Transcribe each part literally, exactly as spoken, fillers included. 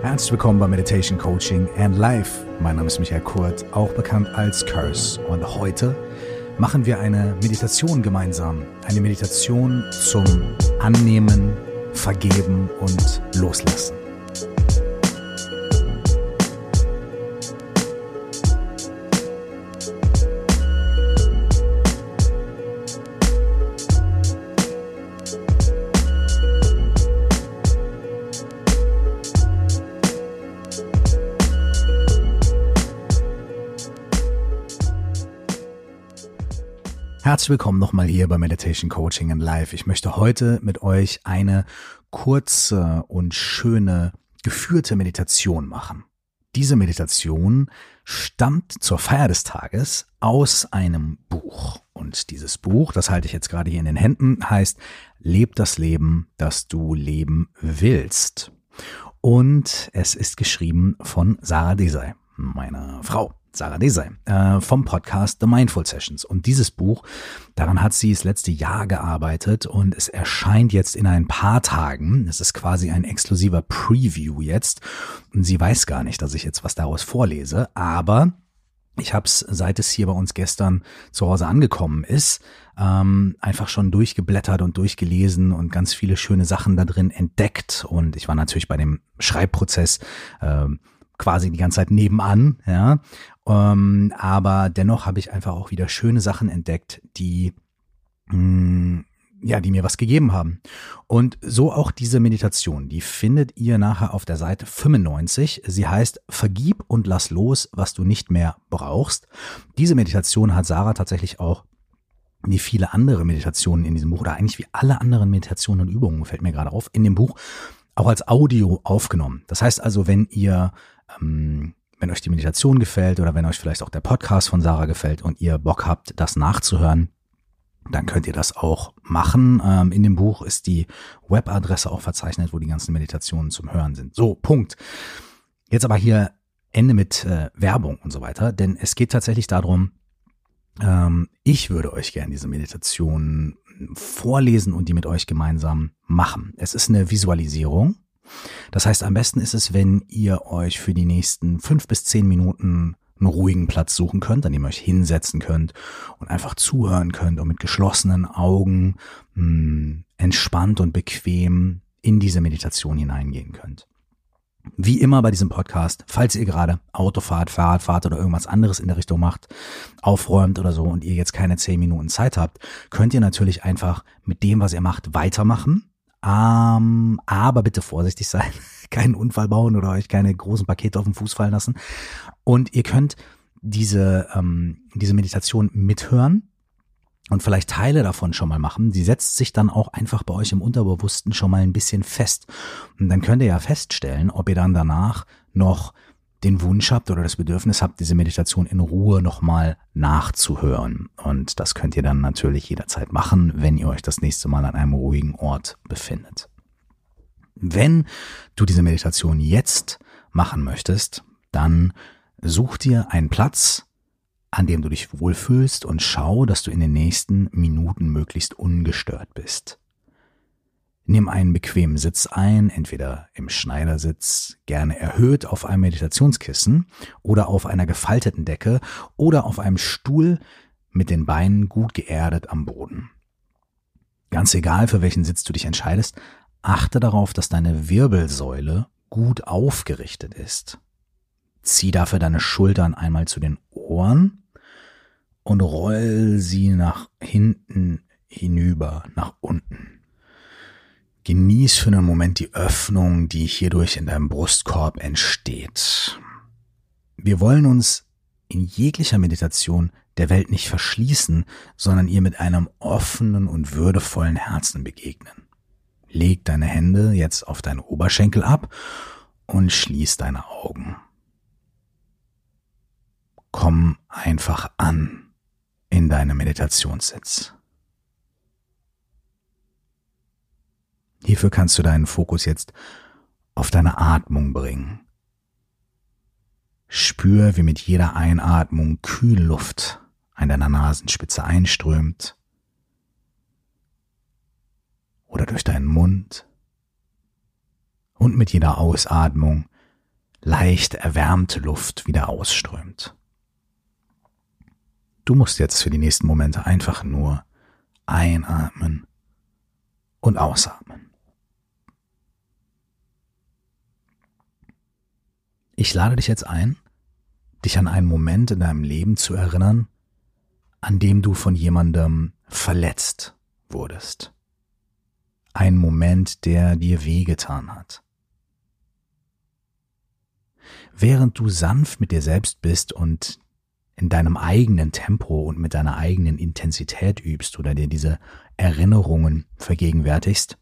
Herzlich willkommen bei Meditation Coaching and Life. Mein Name ist Michael Kurt, auch bekannt als Curse. Und heute machen wir eine Meditation gemeinsam. Eine Meditation zum Annehmen, Vergeben und Loslassen. Herzlich willkommen nochmal hier bei Meditation Coaching and Life. Ich möchte heute mit euch eine kurze und schöne geführte Meditation machen. Diese Meditation stammt zur Feier des Tages aus einem Buch. Und dieses Buch, das halte ich jetzt gerade hier in den Händen, heißt Leb das Leben, das du leben willst. Und es ist geschrieben von Sarah Desai, meiner Frau. Sarah Desai, äh, vom Podcast The Mindful Sessions. Und dieses Buch, daran hat sie das letzte Jahr gearbeitet und es erscheint jetzt in ein paar Tagen. Es ist quasi ein exklusiver Preview jetzt. Und sie weiß gar nicht, dass ich jetzt was daraus vorlese, aber ich habe es, seit es hier bei uns gestern zu Hause angekommen ist, ähm, einfach schon durchgeblättert und durchgelesen und ganz viele schöne Sachen da drin entdeckt. Und ich war natürlich bei dem Schreibprozess äh, quasi die ganze Zeit nebenan, ja. Um, aber dennoch habe ich einfach auch wieder schöne Sachen entdeckt, die mh, ja, die mir was gegeben haben. Und so auch diese Meditation, die findet ihr nachher auf der Seite fünfundneunzig. Sie heißt Vergib und lass los, was du nicht mehr brauchst. Diese Meditation hat Sarah tatsächlich auch wie viele andere Meditationen in diesem Buch oder eigentlich wie alle anderen Meditationen und Übungen, fällt mir gerade auf, in dem Buch auch als Audio aufgenommen. Das heißt also, wenn ihr ähm, Wenn euch die Meditation gefällt oder wenn euch vielleicht auch der Podcast von Sarah gefällt und ihr Bock habt, das nachzuhören, dann könnt ihr das auch machen. Ähm, in dem Buch ist die Webadresse auch verzeichnet, wo die ganzen Meditationen zum Hören sind. So, Punkt. Jetzt aber hier Ende mit äh, Werbung und so weiter, denn es geht tatsächlich darum, ähm, ich würde euch gerne diese Meditation vorlesen und die mit euch gemeinsam machen. Es ist eine Visualisierung. Das heißt, am besten ist es, wenn ihr euch für die nächsten fünf bis zehn Minuten einen ruhigen Platz suchen könnt, an dem ihr euch hinsetzen könnt und einfach zuhören könnt und mit geschlossenen Augen mh, entspannt und bequem in diese Meditation hineingehen könnt. Wie immer bei diesem Podcast, falls ihr gerade Auto fahrt, Fahrrad fahrt oder irgendwas anderes in der Richtung macht, aufräumt oder so und ihr jetzt keine zehn Minuten Zeit habt, könnt ihr natürlich einfach mit dem, was ihr macht, weitermachen. Um, aber bitte vorsichtig sein, keinen Unfall bauen oder euch keine großen Pakete auf den Fuß fallen lassen. Und ihr könnt diese, ähm, diese Meditation mithören und vielleicht Teile davon schon mal machen. Sie setzt sich dann auch einfach bei euch im Unterbewussten schon mal ein bisschen fest. Und dann könnt ihr ja feststellen, ob ihr dann danach noch den Wunsch habt oder das Bedürfnis habt, diese Meditation in Ruhe nochmal nachzuhören. Und das könnt ihr dann natürlich jederzeit machen, wenn ihr euch das nächste Mal an einem ruhigen Ort befindet. Wenn du diese Meditation jetzt machen möchtest, dann such dir einen Platz, an dem du dich wohlfühlst und schau, dass du in den nächsten Minuten möglichst ungestört bist. Nimm einen bequemen Sitz ein, entweder im Schneidersitz, gerne erhöht auf einem Meditationskissen oder auf einer gefalteten Decke oder auf einem Stuhl mit den Beinen gut geerdet am Boden. Ganz egal, für welchen Sitz du dich entscheidest, achte darauf, dass deine Wirbelsäule gut aufgerichtet ist. Zieh dafür deine Schultern einmal zu den Ohren und roll sie nach hinten hinüber, nach unten. Genieß für einen Moment die Öffnung, die hierdurch in deinem Brustkorb entsteht. Wir wollen uns in jeglicher Meditation der Welt nicht verschließen, sondern ihr mit einem offenen und würdevollen Herzen begegnen. Leg deine Hände jetzt auf deinen Oberschenkel ab und schließ deine Augen. Komm einfach an in deinem Meditationssitz. Hierfür kannst du deinen Fokus jetzt auf deine Atmung bringen. Spür, wie mit jeder Einatmung Kühlluft an deiner Nasenspitze einströmt oder durch deinen Mund und mit jeder Ausatmung leicht erwärmte Luft wieder ausströmt. Du musst jetzt für die nächsten Momente einfach nur einatmen und ausatmen. Ich lade dich jetzt ein, dich an einen Moment in deinem Leben zu erinnern, an dem du von jemandem verletzt wurdest. Ein Moment, der dir wehgetan hat. Während du sanft mit dir selbst bist und in deinem eigenen Tempo und mit deiner eigenen Intensität übst oder dir diese Erinnerungen vergegenwärtigst,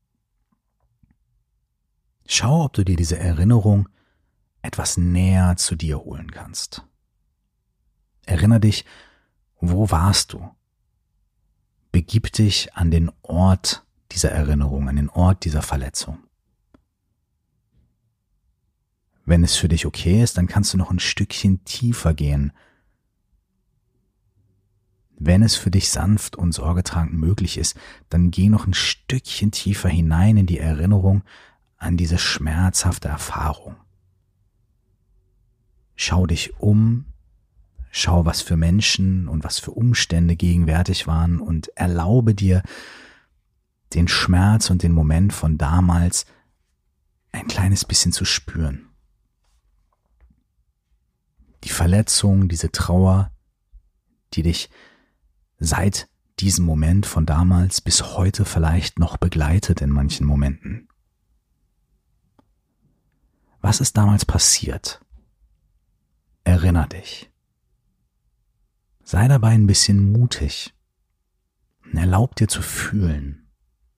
schau, ob du dir diese Erinnerung etwas näher zu dir holen kannst. Erinnere dich, wo warst du? Begib dich an den Ort dieser Erinnerung, an den Ort dieser Verletzung. Wenn es für dich okay ist, dann kannst du noch ein Stückchen tiefer gehen. Wenn es für dich sanft und sorgetragend möglich ist, dann geh noch ein Stückchen tiefer hinein in die Erinnerung an diese schmerzhafte Erfahrung. Schau dich um, schau, was für Menschen und was für Umstände gegenwärtig waren und erlaube dir, den Schmerz und den Moment von damals ein kleines bisschen zu spüren. Die Verletzung, diese Trauer, die dich seit diesem Moment von damals bis heute vielleicht noch begleitet in manchen Momenten. Was ist damals passiert? Erinner dich. Sei dabei ein bisschen mutig und erlaub dir zu fühlen.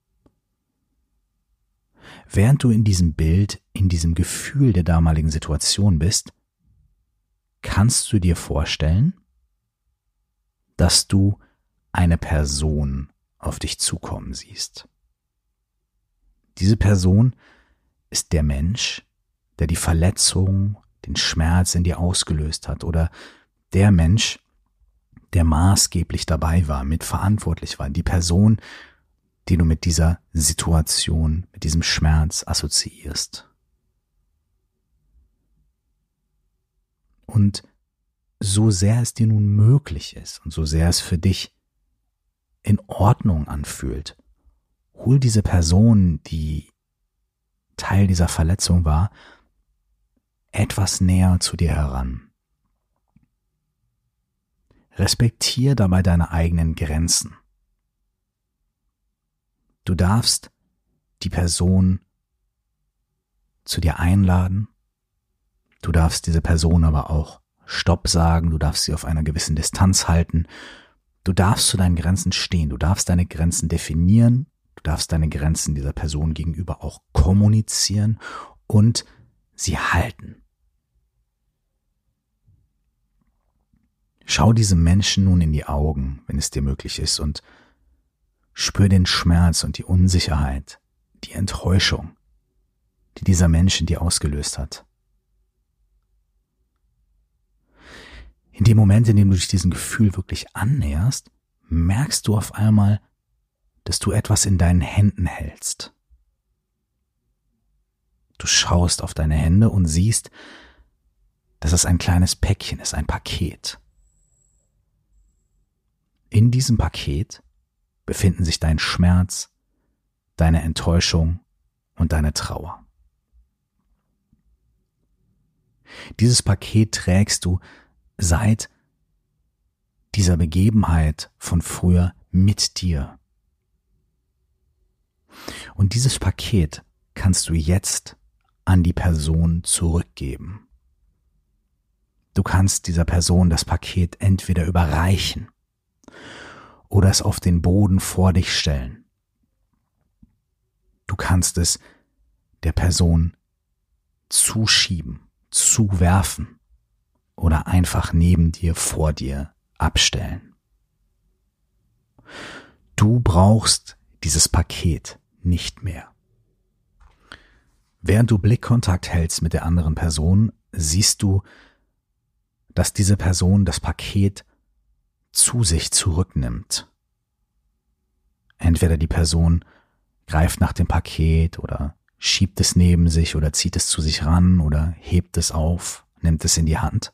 Während du in diesem Bild, in diesem Gefühl der damaligen Situation bist, kannst du dir vorstellen, dass du eine Person auf dich zukommen siehst. Diese Person ist der Mensch, der die Verletzung, den Schmerz in dir ausgelöst hat, oder der Mensch, der maßgeblich dabei war, mitverantwortlich war, die Person, die du mit dieser Situation, mit diesem Schmerz assoziierst. Und so sehr es dir nun möglich ist und so sehr es für dich in Ordnung anfühlt, hol diese Person, die Teil dieser Verletzung war, etwas näher zu dir heran. Respektier dabei deine eigenen Grenzen. Du darfst die Person zu dir einladen, du darfst diese Person aber auch Stopp sagen, du darfst sie auf einer gewissen Distanz halten, du darfst zu deinen Grenzen stehen, du darfst deine Grenzen definieren, du darfst deine Grenzen dieser Person gegenüber auch kommunizieren und sie halten. Schau diesem Menschen nun in die Augen, wenn es dir möglich ist, und spür den Schmerz und die Unsicherheit, die Enttäuschung, die dieser Mensch in dir ausgelöst hat. In dem Moment, in dem du dich diesem Gefühl wirklich annäherst, merkst du auf einmal, dass du etwas in deinen Händen hältst. Du schaust auf deine Hände und siehst, dass es ein kleines Päckchen ist, ein Paket. In diesem Paket befinden sich dein Schmerz, deine Enttäuschung und deine Trauer. Dieses Paket trägst du seit dieser Begebenheit von früher mit dir. Und dieses Paket kannst du jetzt an die Person zurückgeben. Du kannst dieser Person das Paket entweder überreichen oder es auf den Boden vor dich stellen. Du kannst es der Person zuschieben, zuwerfen oder einfach neben dir, vor dir abstellen. Du brauchst dieses Paket nicht mehr. Während du Blickkontakt hältst mit der anderen Person, siehst du, dass diese Person das Paket zu sich zurücknimmt. Entweder die Person greift nach dem Paket oder schiebt es neben sich oder zieht es zu sich ran oder hebt es auf, nimmt es in die Hand.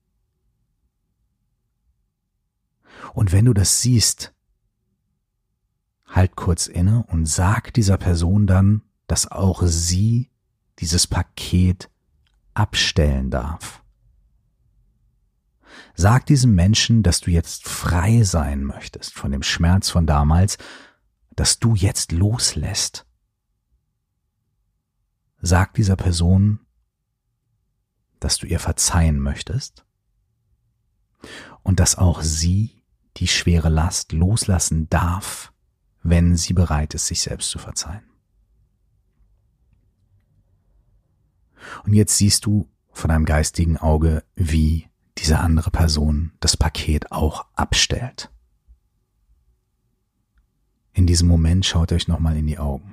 Und wenn du das siehst, halt kurz inne und sag dieser Person dann, dass auch sie dieses Paket abstellen darf. Sag diesem Menschen, dass du jetzt frei sein möchtest von dem Schmerz von damals, dass du jetzt loslässt. Sag dieser Person, dass du ihr verzeihen möchtest und dass auch sie die schwere Last loslassen darf, wenn sie bereit ist, sich selbst zu verzeihen. Und jetzt siehst du von deinem geistigen Auge, wie diese andere Person das Paket auch abstellt. In diesem Moment schaut euch nochmal in die Augen.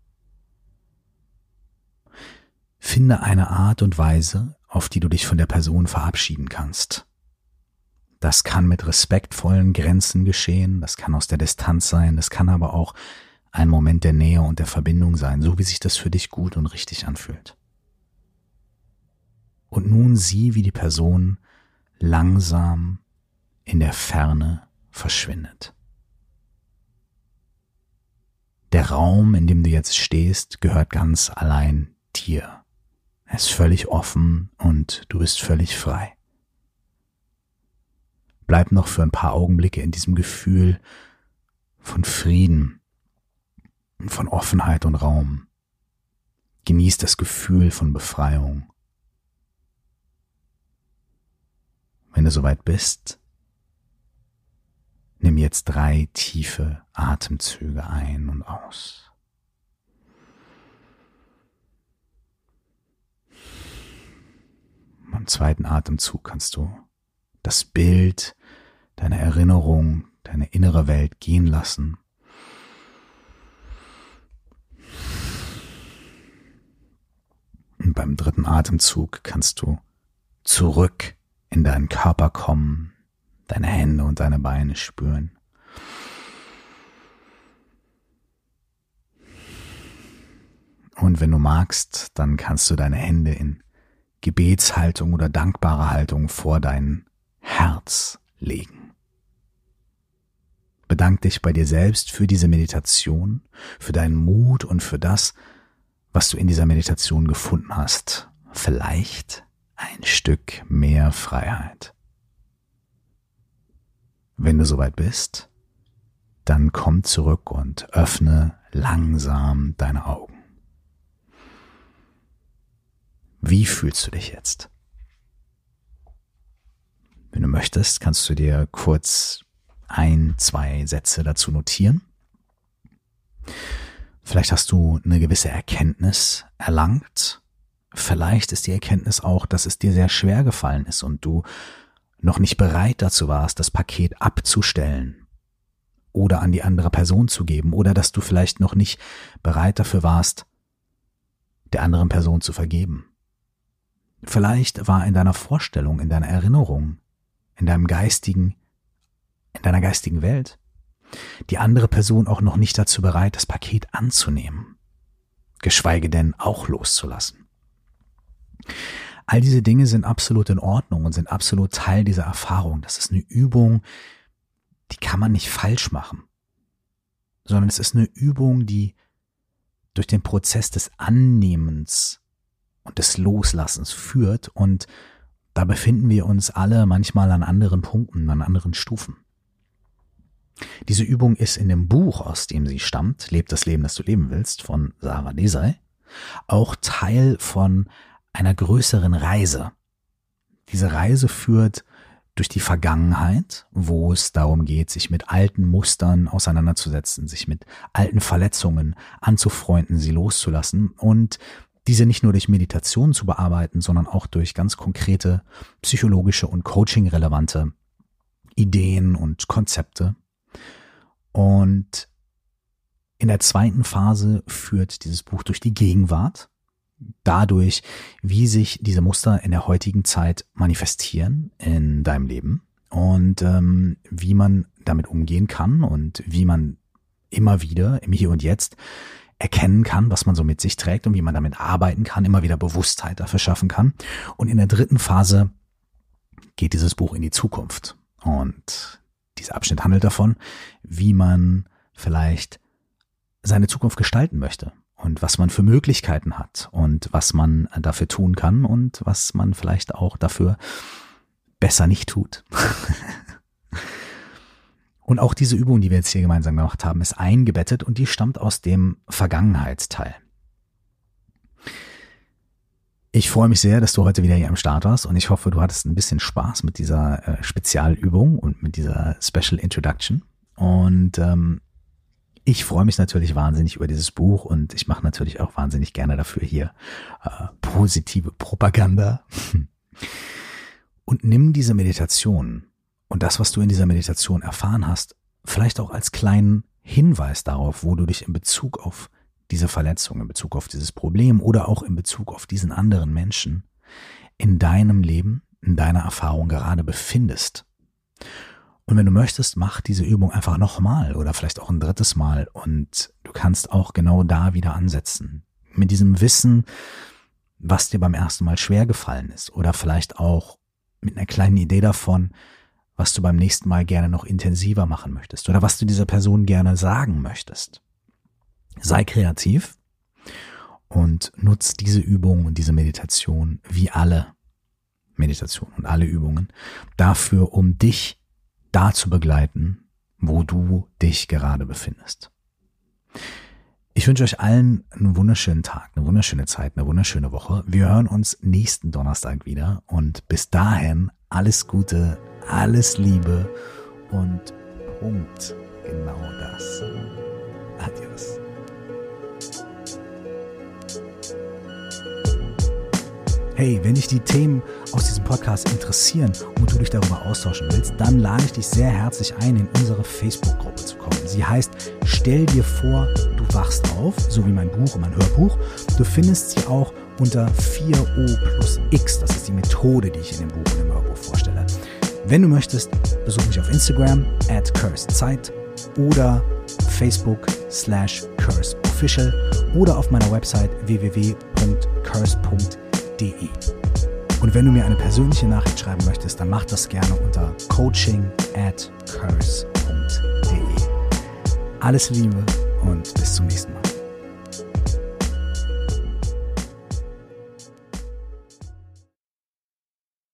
Finde eine Art und Weise, auf die du dich von der Person verabschieden kannst. Das kann mit respektvollen Grenzen geschehen, das kann aus der Distanz sein, das kann aber auch ein Moment der Nähe und der Verbindung sein, so wie sich das für dich gut und richtig anfühlt. Und nun sieh, wie die Person langsam in der Ferne verschwindet. Der Raum, in dem du jetzt stehst, gehört ganz allein dir. Er ist völlig offen und du bist völlig frei. Bleib noch für ein paar Augenblicke in diesem Gefühl von Frieden, von Offenheit und Raum. Genieß das Gefühl von Befreiung. Wenn du soweit bist, nimm jetzt drei tiefe Atemzüge ein und aus. Beim zweiten Atemzug kannst du das Bild, deine Erinnerung, deine innere Welt gehen lassen. Und beim dritten Atemzug kannst du zurück in deinen Körper kommen, deine Hände und deine Beine spüren. Und wenn du magst, dann kannst du deine Hände in Gebetshaltung oder dankbare Haltung vor dein Herz legen. Bedank dich bei dir selbst für diese Meditation, für deinen Mut und für das, was du in dieser Meditation gefunden hast. Vielleicht ein Stück mehr Freiheit. Wenn du soweit bist, dann komm zurück und öffne langsam deine Augen. Wie fühlst du dich jetzt? Wenn du möchtest, kannst du dir kurz ein, zwei Sätze dazu notieren. Vielleicht hast du eine gewisse Erkenntnis erlangt. Vielleicht ist die Erkenntnis auch, dass es dir sehr schwer gefallen ist und du noch nicht bereit dazu warst, das Paket abzustellen oder an die andere Person zu geben oder dass du vielleicht noch nicht bereit dafür warst, der anderen Person zu vergeben. Vielleicht war in deiner Vorstellung, in deiner Erinnerung, in deinem geistigen, in deiner geistigen Welt die andere Person auch noch nicht dazu bereit, das Paket anzunehmen, geschweige denn auch loszulassen. All diese Dinge sind absolut in Ordnung und sind absolut Teil dieser Erfahrung. Das ist eine Übung, die kann man nicht falsch machen, sondern es ist eine Übung, die durch den Prozess des Annehmens und des Loslassens führt und da befinden wir uns alle manchmal an anderen Punkten, an anderen Stufen. Diese Übung ist in dem Buch, aus dem sie stammt, Leb das Leben, das du leben willst, von Sara Desai, auch Teil von einer größeren Reise. Diese Reise führt durch die Vergangenheit, wo es darum geht, sich mit alten Mustern auseinanderzusetzen, sich mit alten Verletzungen anzufreunden, sie loszulassen und diese nicht nur durch Meditation zu bearbeiten, sondern auch durch ganz konkrete psychologische und coaching-relevante Ideen und Konzepte. Und in der zweiten Phase führt dieses Buch durch die Gegenwart, dadurch, wie sich diese Muster in der heutigen Zeit manifestieren in deinem Leben und ähm, wie man damit umgehen kann und wie man immer wieder im Hier und Jetzt erkennen kann, was man so mit sich trägt und wie man damit arbeiten kann, immer wieder Bewusstheit dafür schaffen kann. Und in der dritten Phase geht dieses Buch in die Zukunft. Und dieser Abschnitt handelt davon, wie man vielleicht seine Zukunft gestalten möchte und was man für Möglichkeiten hat und was man dafür tun kann und was man vielleicht auch dafür besser nicht tut. Und auch diese Übung, die wir jetzt hier gemeinsam gemacht haben, ist eingebettet und die stammt aus dem Vergangenheitsteil. Ich freue mich sehr, dass du heute wieder hier am Start warst und ich hoffe, du hattest ein bisschen Spaß mit dieser äh, Spezialübung und mit dieser Special Introduction. Und ähm, ich freue mich natürlich wahnsinnig über dieses Buch und ich mache natürlich auch wahnsinnig gerne dafür hier äh, positive Propaganda. Und nimm diese Meditation und das, was du in dieser Meditation erfahren hast, vielleicht auch als kleinen Hinweis darauf, wo du dich in Bezug auf diese Verletzung, in Bezug auf dieses Problem oder auch in Bezug auf diesen anderen Menschen in deinem Leben, in deiner Erfahrung gerade befindest. Und wenn du möchtest, mach diese Übung einfach nochmal oder vielleicht auch ein drittes Mal und du kannst auch genau da wieder ansetzen. Mit diesem Wissen, was dir beim ersten Mal schwer gefallen ist oder vielleicht auch mit einer kleinen Idee davon, was du beim nächsten Mal gerne noch intensiver machen möchtest oder was du dieser Person gerne sagen möchtest. Sei kreativ und nutz diese Übung und diese Meditation wie alle Meditationen und alle Übungen dafür, um dich da zu begleiten, wo du dich gerade befindest. Ich wünsche euch allen einen wunderschönen Tag, eine wunderschöne Zeit, eine wunderschöne Woche. Wir hören uns nächsten Donnerstag wieder und bis dahin alles Gute, alles Liebe und Punkt. Genau das. Adios. Hey, wenn dich die Themen aus diesem Podcast interessieren und du dich darüber austauschen willst, dann lade ich dich sehr herzlich ein, in unsere Facebook-Gruppe zu kommen. Sie heißt Stell dir vor, du wachst auf, so wie mein Buch und mein Hörbuch. Du findest sie auch unter vier O plus X. Das ist die Methode, die ich in dem Buch und im Hörbuch vorstelle. Wenn du möchtest, besuch mich auf Instagram at cursedzeit oder Facebook slash curseofficial oder auf meiner Website w w w punkt curse punkt de. Und wenn du mir eine persönliche Nachricht schreiben möchtest, dann mach das gerne unter coaching at curse punkt de. Alles Liebe und bis zum nächsten Mal.